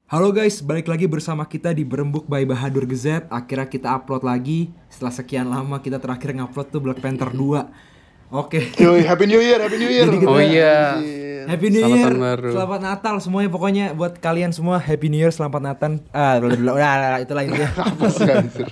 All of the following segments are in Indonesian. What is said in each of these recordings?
Halo guys, balik lagi bersama kita di Berembuk by Bahadur Gazette. Akhirnya kita upload lagi. Setelah sekian lama kita terakhir ngupload tuh Black Panther 2. Oke. Yoi, Happy New Year, Happy New Year. Jadi kita Oh iya, Anjir. Happy New selamat Year, tahun baru. selamat Natal semuanya pokoknya buat kalian semua Happy New Year, selamat Natal. Udah, itulah intinya. Apa sih anjir?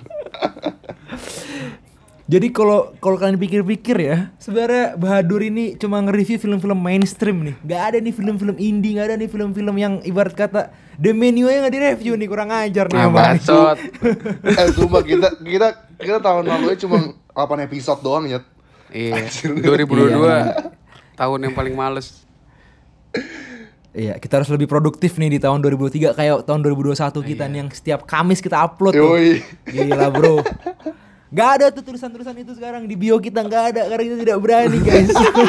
Jadi kalau kalian pikir-pikir ya, sebenarnya Bahadur ini cuma nge-review film-film mainstream nih. Gak ada nih film-film indie, gak ada nih film-film yang ibarat kata The Menu nya gak direview nih, kurang ajar nih emang. bacot. Sumpah kita tahun lalu cuma 8 episode doang ya. Iya, Anjir. 2022 tahun yang paling males. Iya, kita harus lebih produktif nih di tahun 2023 kayak tahun 2021 kita nih yang setiap Kamis kita upload tuh. Yoi. Gila bro. Gak ada tuh tulisan-tulisan itu sekarang di bio kita, gak ada karena kita tidak berani guys.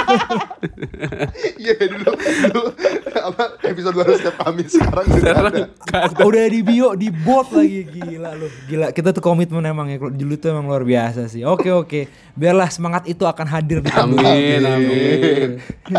Iya dulu apa episode baru setiap Kamis sekarang udah ada. Udah di bio, di bold lagi, gila loh. Gila, kita tuh komitmen emang ya, dulu tuh emang luar biasa sih. Oke. Biarlah semangat itu akan hadir di tahun Amin.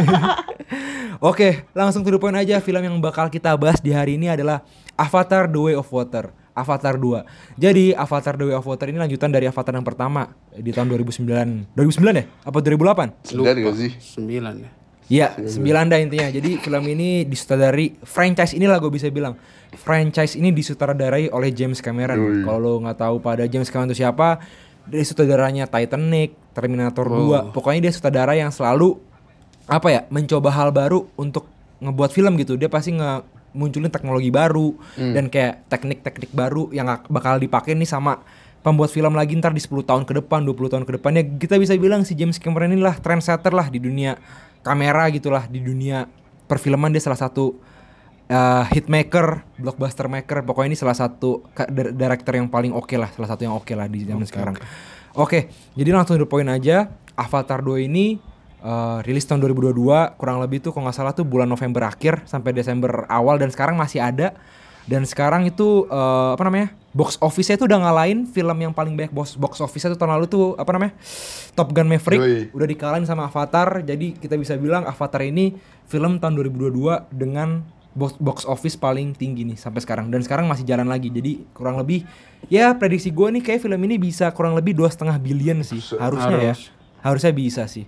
Oke, langsung to the point aja. Film yang bakal kita bahas di hari ini adalah Avatar The Way of Water. Avatar 2. Jadi Avatar The Way of Water ini lanjutan dari Avatar yang pertama di tahun 2009. 2009 ya? Apa 2008? Sembilan gak sih? 9 ya. Iya, 9 dah intinya. Jadi film ini disutradari franchise inilah gue bisa bilang. Franchise ini disutradarai oleh James Cameron. Kalau lo nggak tahu pada James Cameron itu siapa, dia sutradaranya Titanic, Terminator 2. Pokoknya dia sutradara yang selalu apa ya, mencoba hal baru untuk ngebuat film gitu. Dia pasti munculin teknologi baru dan kayak teknik-teknik baru yang bakal dipakai nih sama pembuat film lagi ntar di 10 tahun ke depan, 20 tahun ke depannya. Kita bisa bilang si James Cameron inilah trendsetter lah di dunia kamera gitulah, di dunia perfilman. Dia salah satu hitmaker, blockbuster maker. Pokoknya ini salah satu director yang paling oke lah, salah satu yang oke lah di zaman sekarang. Oke, jadi langsung to the point aja. Avatar 2 ini rilis tahun 2022, kurang lebih tuh kalau nggak salah tuh bulan November akhir sampai Desember awal, dan sekarang masih ada. Dan sekarang itu box office-nya tuh udah ngalahin film yang paling banyak box office-nya tuh tahun lalu tuh Top Gun Maverick. Yoi. Udah dikalahin sama Avatar. Jadi kita bisa bilang Avatar ini film tahun 2022 dengan box office paling tinggi nih sampai sekarang, dan sekarang masih jalan lagi. Jadi kurang lebih ya prediksi gue nih kayak film ini bisa kurang lebih 2,5 billion sih harusnya ya. Harusnya bisa sih.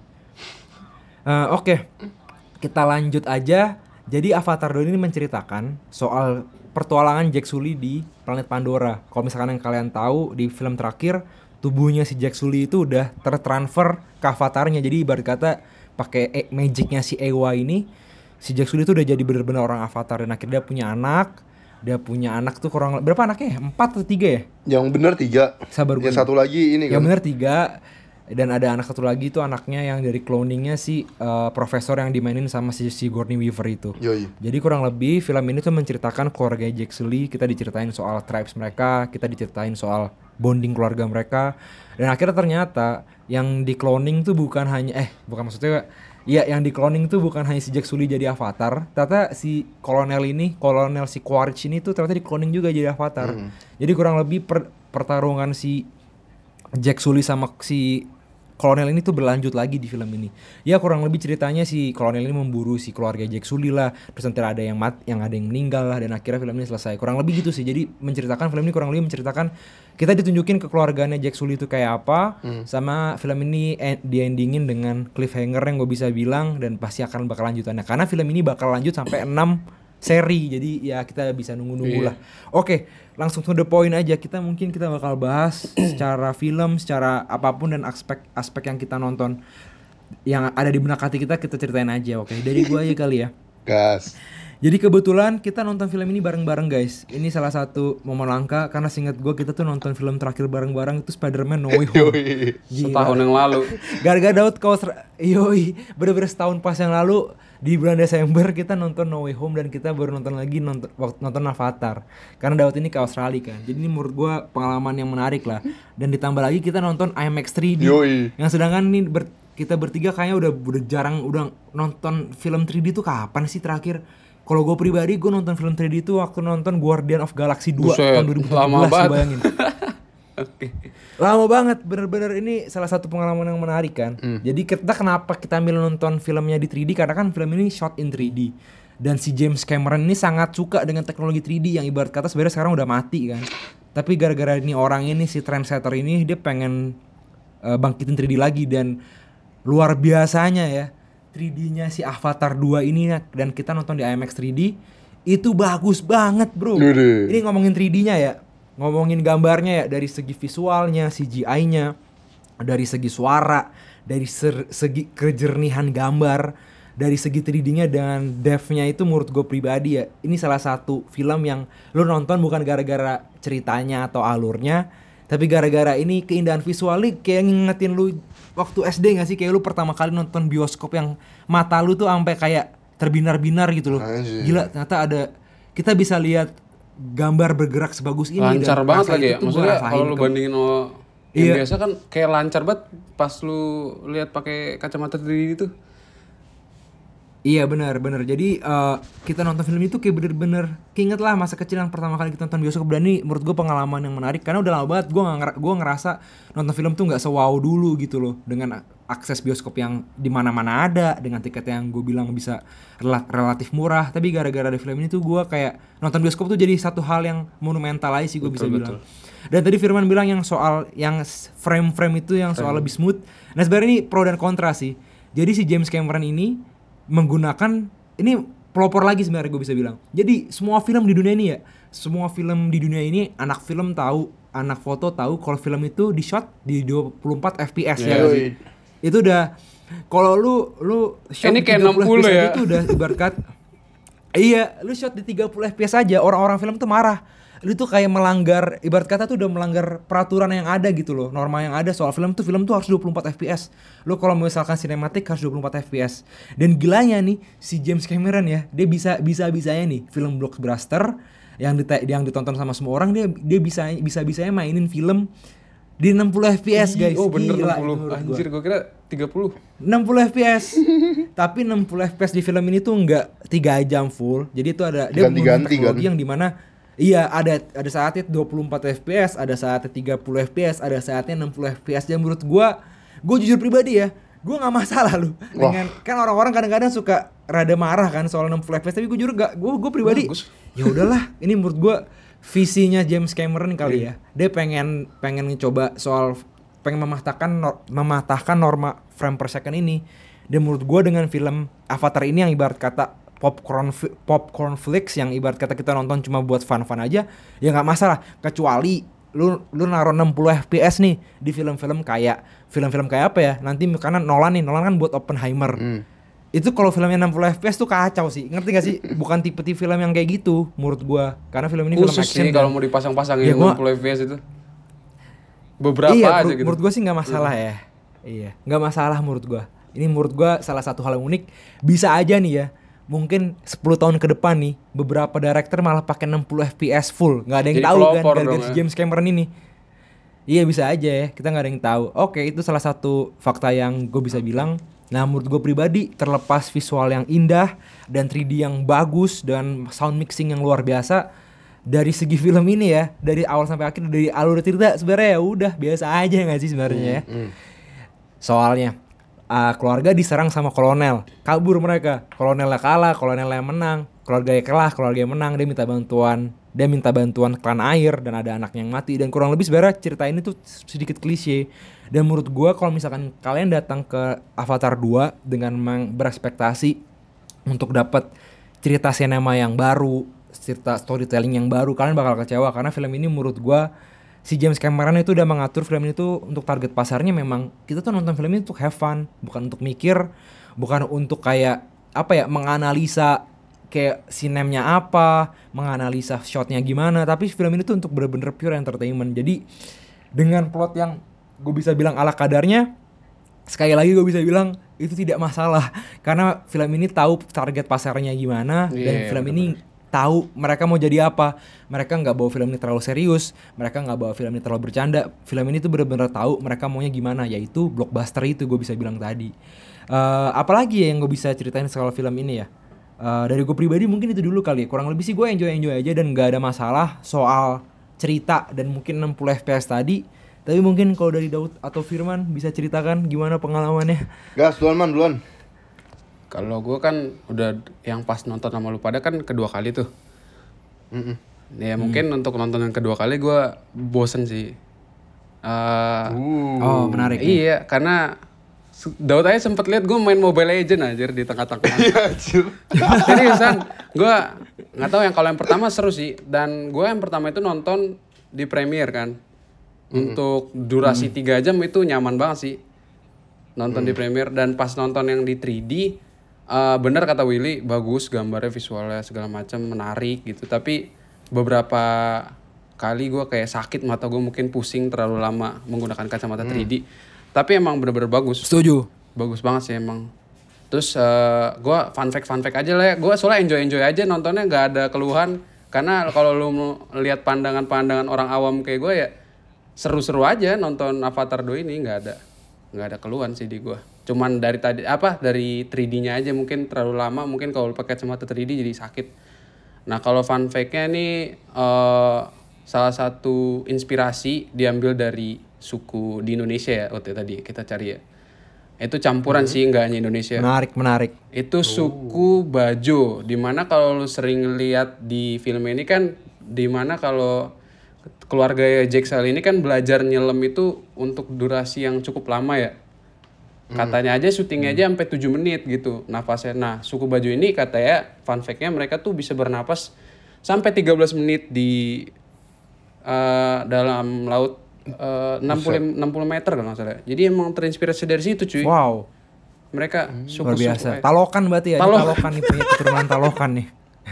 Oke, kita lanjut aja. Jadi Avatar 2 ini menceritakan soal pertualangan Jack Sully di planet Pandora. Kalau misalkan yang kalian tahu di film terakhir, tubuhnya si Jack Sully itu udah tertransfer ke avatarnya. Jadi ibarat kata pakai magicnya si Ewa ini, si Jack Sully itu udah jadi bener-bener orang avatar, dan akhirnya dia punya anak. Dia punya anak tuh kurang berapa anaknya ya? 4 atau 3 ya? Yang bener 3. Sabar gue. Yang satu lagi ini Yang kan. bener 3. Dan ada anak satu lagi tuh anaknya yang dari cloningnya si profesor yang dimainin sama si Sigourney Weaver itu. Yoi. Jadi kurang lebih film ini tuh menceritakan keluarga Jack Sully. Kita diceritain soal tribes mereka, kita diceritain soal bonding keluarga mereka. Dan akhirnya ternyata yang di cloning tuh bukan hanya yang di cloning tuh bukan hanya si Jack Sully jadi avatar. Ternyata si kolonel si Quaritch ini tuh ternyata di cloning juga jadi avatar. Jadi kurang lebih pertarungan si Jack Sully sama si kolonel ini tuh berlanjut lagi di film ini. Ya kurang lebih ceritanya si kolonel ini memburu si keluarga Jack Sully lah. Terus nanti ada yang meninggal lah, dan akhirnya film ini selesai. Kurang lebih gitu sih. Jadi film ini kurang lebih menceritakan, kita ditunjukin kekeluargaannya Jack Sully itu kayak apa. Sama film ini di-endingin dengan cliffhanger yang gue bisa bilang, dan pasti akan bakal lanjutannya. Karena film ini bakal lanjut sampai 6 seri. Jadi ya kita bisa nunggu-nunggu lah. Oke, langsung to the point aja. Kita bakal bahas secara film, secara apapun, dan aspek yang kita nonton yang ada di benak hati kita ceritain aja. Oke, dari gua aja kali ya. Gas. Jadi kebetulan kita nonton film ini bareng-bareng guys. Ini salah satu momen langka, karena seingat gue kita tuh nonton film terakhir bareng-bareng itu Spider-Man No Way Home. Yoi. Setahun yang lalu. Gara-gara Daud bener-bener setahun pas yang lalu di bulan Desember kita nonton No Way Home, dan kita baru nonton Avatar karena Daud ini ke Australia kan. Jadi ini menurut gue pengalaman yang menarik lah, dan ditambah lagi kita nonton IMAX 3D. Yoi. Yang sedangkan ini kita bertiga kayaknya udah jarang nonton film 3D tuh kapan sih terakhir. Kalau gue pribadi, gue nonton film 3D itu waktu nonton Guardian of Galaxy 2 Buset, tahun 2017, lama banget. bayangin. Oke. Lama banget, bener-bener ini salah satu pengalaman yang menarik kan. Jadi kenapa kita ambil nonton filmnya di 3D, karena kan film ini shot in 3D. Dan si James Cameron ini sangat suka dengan teknologi 3D yang ibarat kata sebenarnya sekarang udah mati kan. Tapi gara-gara ini orang ini si trendsetter ini dia pengen bangkitin 3D lagi dan luar biasanya ya 3D-nya si Avatar 2 ini dan kita nonton di IMAX 3D itu bagus banget bro. Yaudah. Ini ngomongin 3D-nya ya, ngomongin gambarnya ya dari segi visualnya, CGI-nya, dari segi suara, dari segi kejernihan gambar, dari segi 3D-nya dan depth-nya itu menurut gue pribadi ya ini salah satu film yang lu nonton bukan gara-gara ceritanya atau alurnya, tapi gara-gara ini keindahan visualnya kayak ngingetin lu waktu SD gak sih? Kayak lu pertama kali nonton bioskop yang mata lu tuh sampai kayak terbinar-binar gitu loh. Anjir. Gila, ternyata ada kita bisa lihat gambar bergerak sebagus ini. Lancar dan banget rasa lagi itu ya. tuh gua Maksudnya rasain kalau lu bandingin sama yang Iya. biasa kan kayak lancar banget pas lu lihat pakai kacamata 3D itu. Iya benar. Jadi kita nonton film itu kayak bener-bener keinget lah masa kecil yang pertama kali kita nonton bioskop, dan ini menurut gue pengalaman yang menarik karena udah lama banget gue ngerasa nonton film tuh nggak sewow dulu gitu loh, dengan akses bioskop yang di mana-mana ada, dengan tiket yang gue bilang bisa relatif murah, tapi gara-gara ada film ini tuh gue kayak nonton bioskop tuh jadi satu hal yang monumental aja sih gue bisa bilang. Dan tadi Firman bilang yang soal yang frame-frame itu yang soal lebih smooth. Nah sebenarnya ini pro dan kontra sih. Jadi si James Cameron ini menggunakan ini pelopor lagi sebenarnya gue bisa bilang. Jadi semua film di dunia ini ya, semua film di dunia ini anak film tahu, anak foto tahu kalau film itu di shot di 24 fps ya. Yoi. Itu udah kalau lu shot Ini di kayak 30 60 fps aja ya. itu udah ibarat kata iya, lu shot di 30 fps aja orang-orang film tuh marah. Lu tuh kayak melanggar, ibarat kata tuh udah melanggar peraturan yang ada gitu loh, norma yang ada soal film tuh harus 24 fps. Lu kalau misalkan sinematik harus 24 fps. Dan gilanya nih si James Cameron ya, dia bisa-bisanya nih film blockbuster yang ditonton sama semua orang, dia bisa-bisanya mainin film di 60 fps guys. Oh bener Gila, 60. menurut gua. Anjir gua kira 30. 60 fps. Tapi 60 fps di film ini tuh enggak 3 jam full. Jadi itu ada dia menggunakan Ganti-ganti teknologi kan? yang dimana iya ada saatnya 24 fps, ada saatnya 30 fps, ada saatnya 60 fps. Dan menurut gua jujur pribadi ya, gua nggak masalah lu dengan kan orang-orang kadang-kadang suka rada marah kan soal 60 fps, tapi gua jujur gua pribadi Bagus. ya udahlah, ini menurut gua visinya James Cameron kali ya. Dia pengen coba soal pengen mematahkan norma frame per second ini. Dan menurut gue dengan film Avatar ini yang ibarat kata popcorn flicks, yang ibarat kata kita nonton cuma buat fun-fun aja, ya nggak masalah. Kecuali lu naruh 60 fps nih di film-film kayak apa ya? Nanti karena Nolan kan buat Oppenheimer. Itu kalau filmnya 60 fps tuh kacau sih. Ngerti gak sih? Bukan tipe film yang kayak gitu menurut gua. Karena film ini film Khusus action. sih kalau mau dipasang-pasangin Ya, gua- 60 fps itu. Beberapa iya, aja gitu. menurut gua sih nggak masalah ya. Iya, nggak masalah menurut gua. Ini menurut gua salah satu hal yang unik. Bisa aja nih ya, mungkin 10 tahun ke depan nih, beberapa director malah pakai 60 fps full. Nggak ada yang Jadi tahu kan pelopor gara-gara dong si ya. James Cameron ini. Iya bisa aja ya, kita nggak ada yang tahu. Oke, itu salah satu fakta yang gue bisa bilang. Nah menurut gue pribadi, terlepas visual yang indah dan 3D yang bagus dan sound mixing yang luar biasa, dari segi film ini ya, dari awal sampai akhir, dari alur cerita sebenarnya ya udah biasa aja nggak sih sebenarnya ya. Soalnya keluarga diserang sama kolonel, kabur mereka, kolonelnya kalah, kolonelnya menang, keluarganya kalah, keluarganya menang, dia minta bantuan klan air dan ada anaknya yang mati. Dan kurang lebih sebenarnya cerita ini tuh sedikit klise. Dan menurut gua kalau misalkan kalian datang ke Avatar 2 dengan berekspektasi untuk dapat cerita sinema yang baru, cerita storytelling yang baru, kalian bakal kecewa karena film ini menurut gua si James Cameron itu udah mengatur film ini tuh untuk target pasarnya. Memang kita tuh nonton film ini untuk have fun, bukan untuk mikir, bukan untuk kayak apa ya, menganalisa kayak sinemnya apa, menganalisa shotnya gimana. Tapi film ini tuh untuk bener-bener pure entertainment. Jadi dengan plot yang gue bisa bilang ala kadarnya, sekali lagi gue bisa bilang itu tidak masalah karena film ini tahu target pasarnya gimana. Dan film ini tahu mereka mau jadi apa. Mereka nggak bawa film ini terlalu serius, mereka nggak bawa film ini terlalu bercanda. Film ini tuh bener-bener tahu mereka maunya gimana, yaitu blockbuster itu gue bisa bilang tadi. Apalagi ya yang gue bisa ceritain soal film ini ya. Dari gue pribadi mungkin itu dulu kali ya. Kurang lebih sih gue enjoy aja dan nggak ada masalah soal cerita dan mungkin 60 fps tadi. Tapi mungkin kalau dari Daud atau Firman bisa ceritakan gimana pengalamannya. Gas duluan man duluan. Kalau gue kan udah yang pas nonton sama lu pada kan kedua kali tuh. Ya mungkin untuk nonton yang kedua kali gue bosen sih. Oh, menarik nih. Iya, karena Daud aja sempet lihat gue main Mobile Legend aja di tengah-tengah. Iya anjir. Seriusan, gue nggak tahu yang kalau yang pertama seru sih. Dan gue yang pertama itu nonton di Premiere kan. Untuk durasi 3 jam itu nyaman banget sih. Nonton di Premiere dan pas nonton yang di 3D, bener kata Willy, bagus gambarnya, visualnya segala macam menarik gitu. Tapi beberapa kali gue kayak sakit mata gue, mungkin pusing terlalu lama menggunakan kacamata 3D. Tapi emang bener-bener bagus. Setuju. Bagus banget sih emang. Terus gue fun fact aja lah ya. Gue soalnya enjoy aja nontonnya, nggak ada keluhan. Karena kalau lu lihat pandangan orang awam kayak gue ya seru-seru aja nonton Avatar 2 ini, nggak ada keluhan sih di gue. Cuman dari dari 3D-nya aja mungkin terlalu lama, mungkin kalau pakai kacamata 3D jadi sakit. Nah kalau fun fact-nya nih salah satu inspirasi diambil dari suku di Indonesia ya, waktu tadi kita cari ya. Itu campuran sih, nggak hanya Indonesia. Menarik. Itu suku Bajo, dimana kalau lu sering lihat di film ini kan, dimana kalau keluarga Jack Sully ini kan belajar nyelam itu untuk durasi yang cukup lama ya. Katanya aja syutingnya aja sampai 7 menit gitu nafasnya. Nah suku Bajo ini katanya fun fact-nya mereka tuh bisa bernapas sampai 13 menit di dalam laut 60 meter kalau nggak salah. Jadi emang terinspirasi dari situ cuy. Wow. Mereka Luar biasa. Talokan berarti ya. Talokan nih, punya keturunan Talokan nih.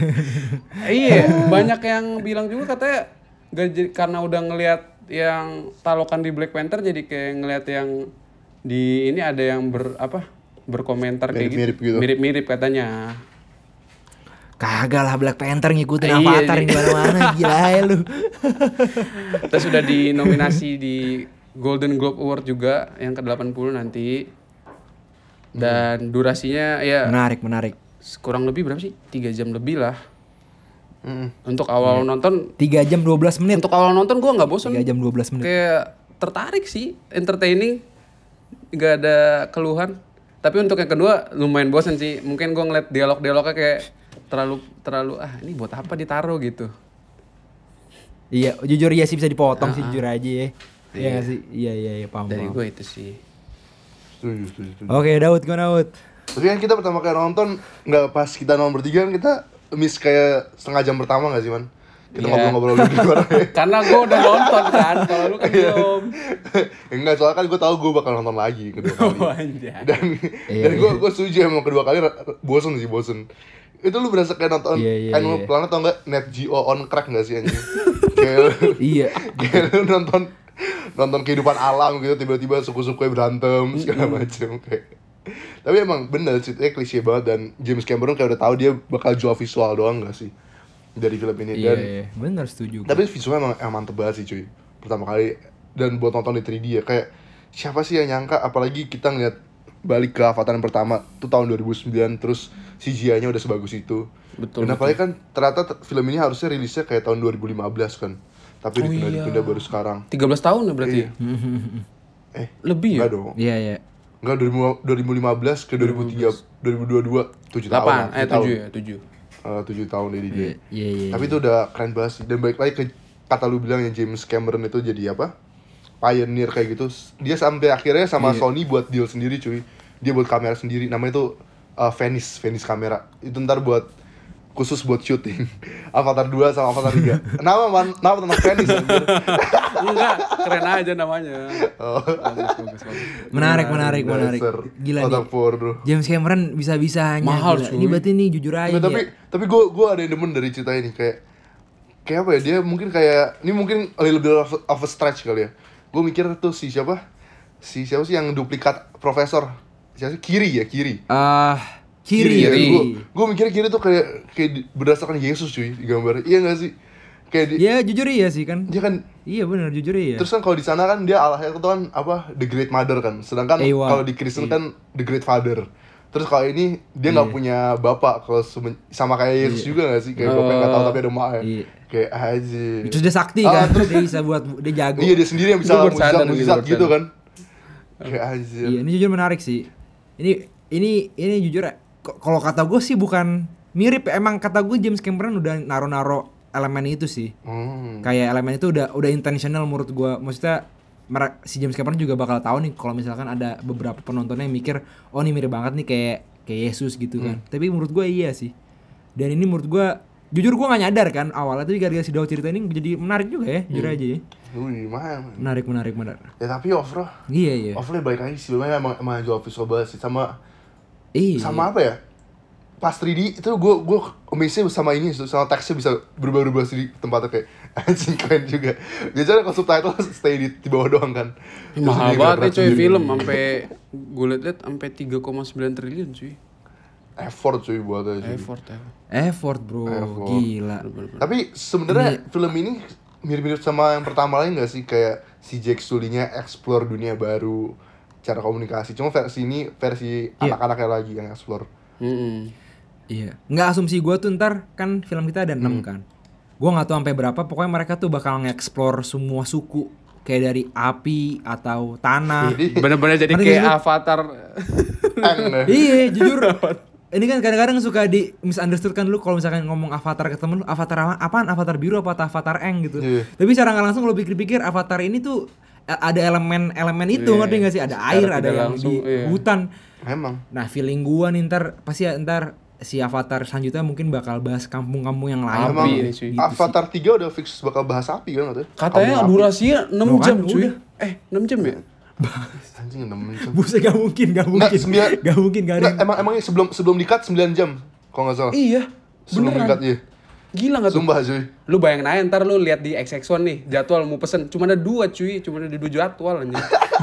Iya, banyak yang bilang juga katanya karena udah ngelihat yang Talokan di Black Panther jadi kayak ngelihat yang di ini ada yang berkomentar kayak gitu. Mirip-mirip katanya. Kagak lah, Black Panther ngikutin Iya, Avatar iya. di mana-mana, gila ya lu. Terus sudah dinominasi di Golden Globe Award juga yang ke-80 nanti. Dan durasinya ya Menarik. kurang lebih berapa sih? 3 jam lebih lah. Untuk awal nonton 3 jam 12 menit. Untuk awal nonton gue nggak bosan. 3 jam 12 menit. Kayak tertarik sih, entertaining, nggak ada keluhan. Tapi untuk yang kedua lumayan bosan sih. Mungkin gue ngeliat dialognya kayak terlalu ini buat apa ditaruh gitu. Iya, jujur ya sih bisa dipotong sih, jujur aja ya. Iya nggak sih? Iya, paham. Dari gue itu sih. Setuju. Oke, Daud, gimana Daud? Tapi kan kita pertama kali nonton, nggak pas kita nonton bertiga kan kita miss kayak setengah jam pertama nggak sih man? Kita Iya. ngobrol-ngobrol gitu bareng. Karena gue udah nonton kan, kalau lu kan belum. Enggak, soalnya kan gue tahu gue bakal nonton lagi kedua kali. Oh, anjay. Dan gue setuju emang kedua kali bosen. Itu lu berasa kayak nonton Animal Planet atau enggak Net Geo on crack nggak sih anjing? Iya. Kayak lu nonton kehidupan alam gitu, tiba-tiba suku-sukunya berantem segala macam kayak. Tapi emang bener ceritanya klise banget dan James Cameron kayak udah tahu dia bakal jual visual doang nggak sih dari film ini. Dan bener setuju. tapi visualnya emang mantep banget sih cuy pertama kali, dan buat nonton di 3D ya kayak siapa sih yang nyangka, apalagi kita ngeliat balik ke Avatar yang pertama tuh tahun 2009 terus CGI-nya udah sebagus itu. Betul. Dan apalagi kan ternyata film ini harusnya rilisnya kayak tahun 2015 kan, tapi ditunda baru sekarang. 13 tahun ya berarti. Iya. Lebih ya? Enggak dong. Iya. Enggak, 2015 ke 2022 7 tahun. 7 tahun dari dia. Iya. Tapi itu udah keren banget sih. Dan balik lagi ke kata lu bilang yang James Cameron itu jadi apa? Pioneer kayak gitu. Dia sampai akhirnya sama Sony buat deal sendiri cuy. Dia buat kamera sendiri. Namanya itu Venice kamera. Itu ntar khusus buat syuting Avatar 2 sama Avatar 3. Nama tentang Venice anjir. Enggak, keren aja namanya. Bagus. Menarik. Dasar Gila otak nih. bodoh. James Cameron bisa-bisanya. Mahal, gila. cuy. Ini berarti nih jujur aja. Nggak, tapi gue ada yang demen dari cerita ini kayak apa ya, dia mungkin kayak ini mungkin a little bit of a stretch kali ya. Gue mikir tuh siapa sih yang duplikat profesor, siapa sih? Kiri. Kiri. Gue mikirnya Kiri tuh kayak berdasarkan Yesus cuy di gambar. Iya nggak sih? Kayak Ya jujur iya sih kan. dia kan. Iya benar, jujur iya. Terus kan kalau di sana kan dia Allahnya itu kan apa, the Great Mother kan. Sedangkan Ewa. kalau di Kristen kan the Great Father. Terus kalau ini dia nggak punya bapak, kalau sama kayak Yesus juga nggak sih? Kayak bapak nggak tahu tapi ada emaknya. Iya. Kayak aja. Terus dia sakti kan. Terus dia bisa buat dia jago. Iya, dia sendiri yang bisa Itu bercanda, mujizat gitu, gitu bercanda. kan. Kayak aja. Iya, ini jujur menarik sih. Ini jujur kalau kata gue sih bukan mirip, emang kata gue James Cameron udah naro elemen itu sih. Kayak elemen itu udah intentional menurut gue. Maksudnya si James Cameron juga bakal tahu nih kalau misalkan ada beberapa penontonnya yang mikir, oh ini mirip banget nih kayak Yesus gitu kan. Tapi menurut gue iya sih. Dan ini menurut gue, jujur gue gak nyadar kan awalnya, tapi gara-gara si Daud cerita ini jadi menarik juga ya, jujur aja ya. Wih, mana? Menarik. Ya tapi overall overall baik lagi sih, sebenarnya emang jual visual banget sih, sama apa ya? Pas 3D itu gue amazed sama ini, sama teksnya bisa berubah-ubah sih tempatnya, kayak anjing keren juga. Biasanya kalau subtitle stay di bawah doang kan. Mahal banget nih coy film, sampai gue liat sampai 3,9 triliun cuy. Effort cuy buat aja. Effort bro, gila. Tapi sebenarnya film ini mirip-mirip sama yang pertama lain gak sih? Kayak si Jake Sully-nya explore dunia baru, cara komunikasi. Cuma versi ini versi anak-anaknya lagi yang explore. Iya. Nggak, asumsi gue tuh ntar kan film kita ada 6 kan. Gue nggak tahu sampai berapa. Pokoknya mereka tuh bakal nge-explore semua suku. Kayak dari api atau tanah. Bener-bener jadi kayak Avatar. Iya, jujur. Ini kan kadang-kadang suka di misunderstood kan lu kalau misalkan ngomong Avatar ke temen lu, Avatar apaan? Avatar biru apa Avatar Eng gitu. Tapi secara nggak langsung lu pikir-pikir Avatar ini tuh ada elemen itu, ngerti gak sih? Ada air, ada yang langsung, di hutan. Emang. Nah, feeling gua nih ntar si Avatar selanjutnya mungkin bakal bahas kampung-kampung yang lain. Emang gitu Avatar 3 udah fix bakal bahas api kan katanya? Katanya durasinya 6 jam cuy. 6 jam ya? Anjing 6 jam. Buset, gak mungkin. Gak mungkin, gak ada. Emangnya sebelum di-cut 9 jam kalau nggak salah. Iya, sebelum di-cut iya. Gila gak tuh? Sumpah cuy. Lu bayangin aja ntar lu lihat di XX1 nih, jadwal mau pesen cuma ada 2 cuy, cuma ada 2 jadwal anjir.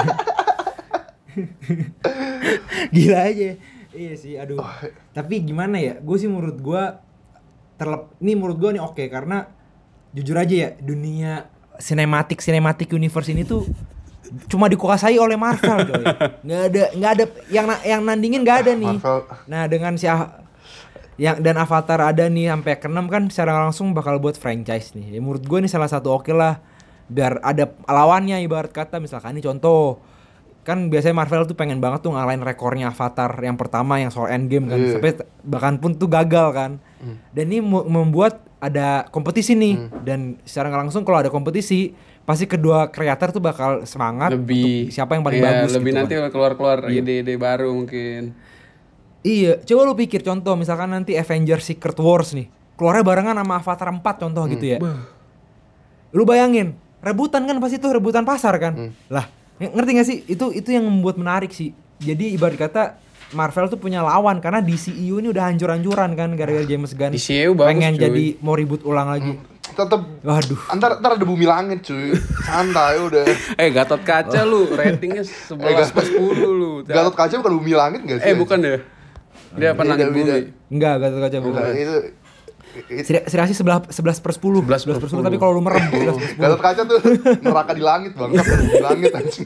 Gila aja. Iya sih, aduh. Tapi gimana ya? Gue sih menurut gue menurut gue nih oke, karena jujur aja ya, dunia cinematic universe ini tuh cuma dikuasai oleh Marvel coy. Nggak ada yang nandingin, nggak ada nih. Marvel. Nah, dengan dan Avatar ada nih sampai ke-6 kan, secara langsung bakal buat franchise nih. Ya, menurut gue ini salah satu oke lah, biar ada lawannya, ibarat kata misalkan ini contoh. Kan biasanya Marvel tuh pengen banget tuh ngalahin rekornya Avatar yang pertama yang soal Endgame kan. Sampai bahkan pun tuh gagal kan. Dan ini membuat ada kompetisi nih. Dan secara nggak langsung kalau ada kompetisi, pasti kedua kreator tuh bakal semangat lebih, untuk siapa yang paling bagus lebih gitu nanti kan. keluar ide-ide baru mungkin. Iya, coba lu pikir contoh misalkan nanti Avengers Secret Wars nih, keluarnya barengan sama Avatar 4 contoh gitu ya. Lu bayangin, rebutan kan pasti tuh, rebutan pasar kan. Lah, ngerti gak sih? Itu yang membuat menarik sih. Jadi ibarat kata Marvel tuh punya lawan, karena DCU ini udah hancur-hancuran kan gara-gara James Gunn DCU bagus, pengen cuy. Jadi mau ribut ulang lagi. Tetep. Waduh. Ntar ada bumi langit cuy. Santai udah. Gatot Kaca lu ratingnya 11/10 lu. Gatot Kaca bukan bumi langit gak sih? Bukan deh. Dia penangin bumi. Enggak, Gatot Kaca bukan. Itu Serasi 11/10. 11/10 tapi kalau lu merem 11/10. Gatot Kaca tuh neraka di langit bang. Di langit anjing.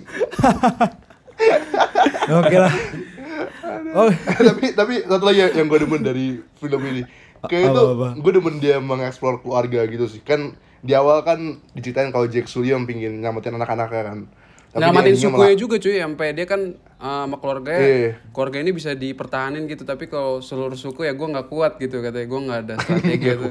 Oke lah. Oh. tapi satu lagi yang gue demen dari film ini, kayak itu gue demen dia mengeksplor keluarga gitu sih. Kan di awal kan diceritain kalau Jake Sully yang pingin nyamatin anak-anaknya kan. Nyamatin sukunya juga cuy, sampai dia kan sama keluarganya. Keluarga ini bisa dipertahanin gitu, tapi kalau seluruh suku ya gue nggak kuat gitu katanya, gue nggak ada strategi gitu.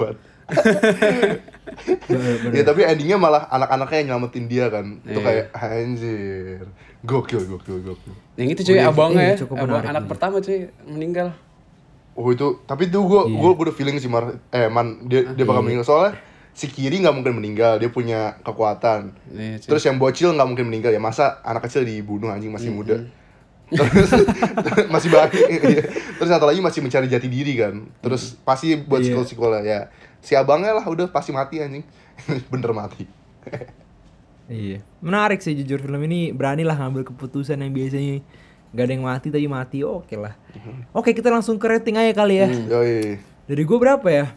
Ya tapi endingnya malah anak-anaknya yang nyelamatin dia kan. Itu kayak anjir. Gokil. Yang itu cuy, abangnya ya, abang anak pertama cuy meninggal. Oh itu, tapi itu gue udah feeling sih Man, dia bakal meninggal, soalnya si Kiri nggak mungkin meninggal, dia punya kekuatan. Terus yang bocil nggak mungkin meninggal ya, masa anak kecil dibunuh anjing masih muda. Terus masih banyak. Terus satu lagi masih mencari jati diri kan. Terus pasti buat sequel ya. Si abangnya lah udah pasti mati anjing. Bener mati. Iya, menarik sih jujur, film ini beranilah ngambil keputusan yang biasanya gak ada yang mati tapi mati, oke lah. Oke, kita langsung ke rating aja kali ya. Yoi. Dari gue berapa ya?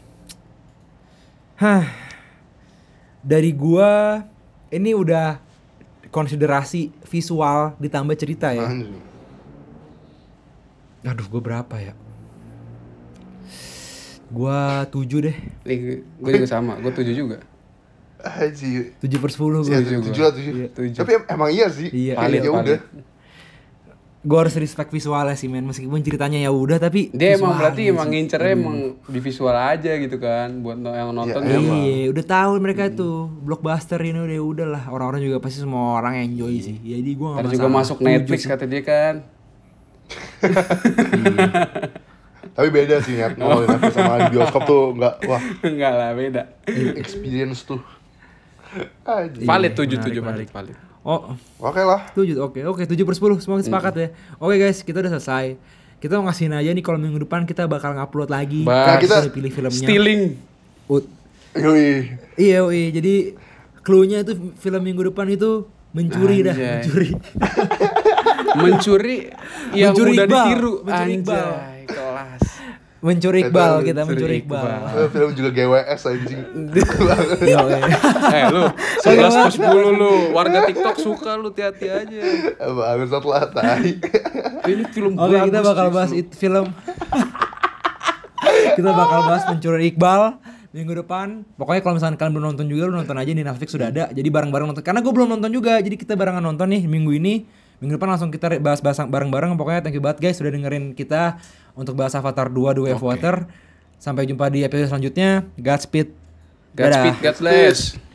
Dari gue ini udah konsiderasi visual ditambah cerita ya. Aduh, gue berapa ya? Gue 7 deh. Gue juga sama, gue 7 juga. Haji. 7/10 gue. 7. Tapi emang iya sih. Iya. Paling ya udah. gue harus respect visualnya sih men, meskipun ceritanya ya udah tapi Dia emang visualnya berarti sih. emang ngincernya emang di visual aja gitu kan, buat yang nonton Iya, emang. Iya, udah tahu mereka tuh blockbuster ini udah lah, orang-orang juga pasti semua orang enjoy sih. Jadi gue nggak Ntar masalah. juga masuk Netflix kata dia kan. Tapi beda sih Nyat, kalau di Netflix sama di bioskop tuh nggak, wah Enggak lah, beda. experience tuh. Aja. Valid menarik. 7 valid. Oh, Oke lah. 7/10 semua sepakat ya. Oke guys, kita udah selesai. Kita mau ngasihin aja nih kalau minggu depan kita bakal ngupload lagi. Bah, kita udah pilih filmnya. Stealing. Yoi. Iya, jadi clue-nya itu film minggu depan itu mencuri dah, Anjay. mencuri. Mencuri yang Mencuri mudah Iqbal. ditiru. Mencuri Iqbal. Anjay, kelas. Mencuri Iqbal kita, Mencuri mencuri Iqbal. Film juga GWS anjing. Iya, Lu 11/10 lu, warga TikTok suka lu, hati-hati aja. Bangsat lah, tai. Ini film Oke, bagus. kita bakal cuy. bahas itu film. Kita bakal bahas Mencuri Iqbal minggu depan. Pokoknya kalau misalkan kalian belum nonton juga, lu nonton aja di Netflix sudah ada. Jadi bareng-bareng nonton. Karena gue belum nonton juga, jadi kita barengan nonton nih minggu ini. Minggu depan langsung kita bahas-bahas bareng-bareng. Pokoknya thank you banget guys sudah dengerin kita untuk bahas Avatar 2 The Way of Water. Sampai jumpa di episode selanjutnya. Godspeed. Godspeed, God bless.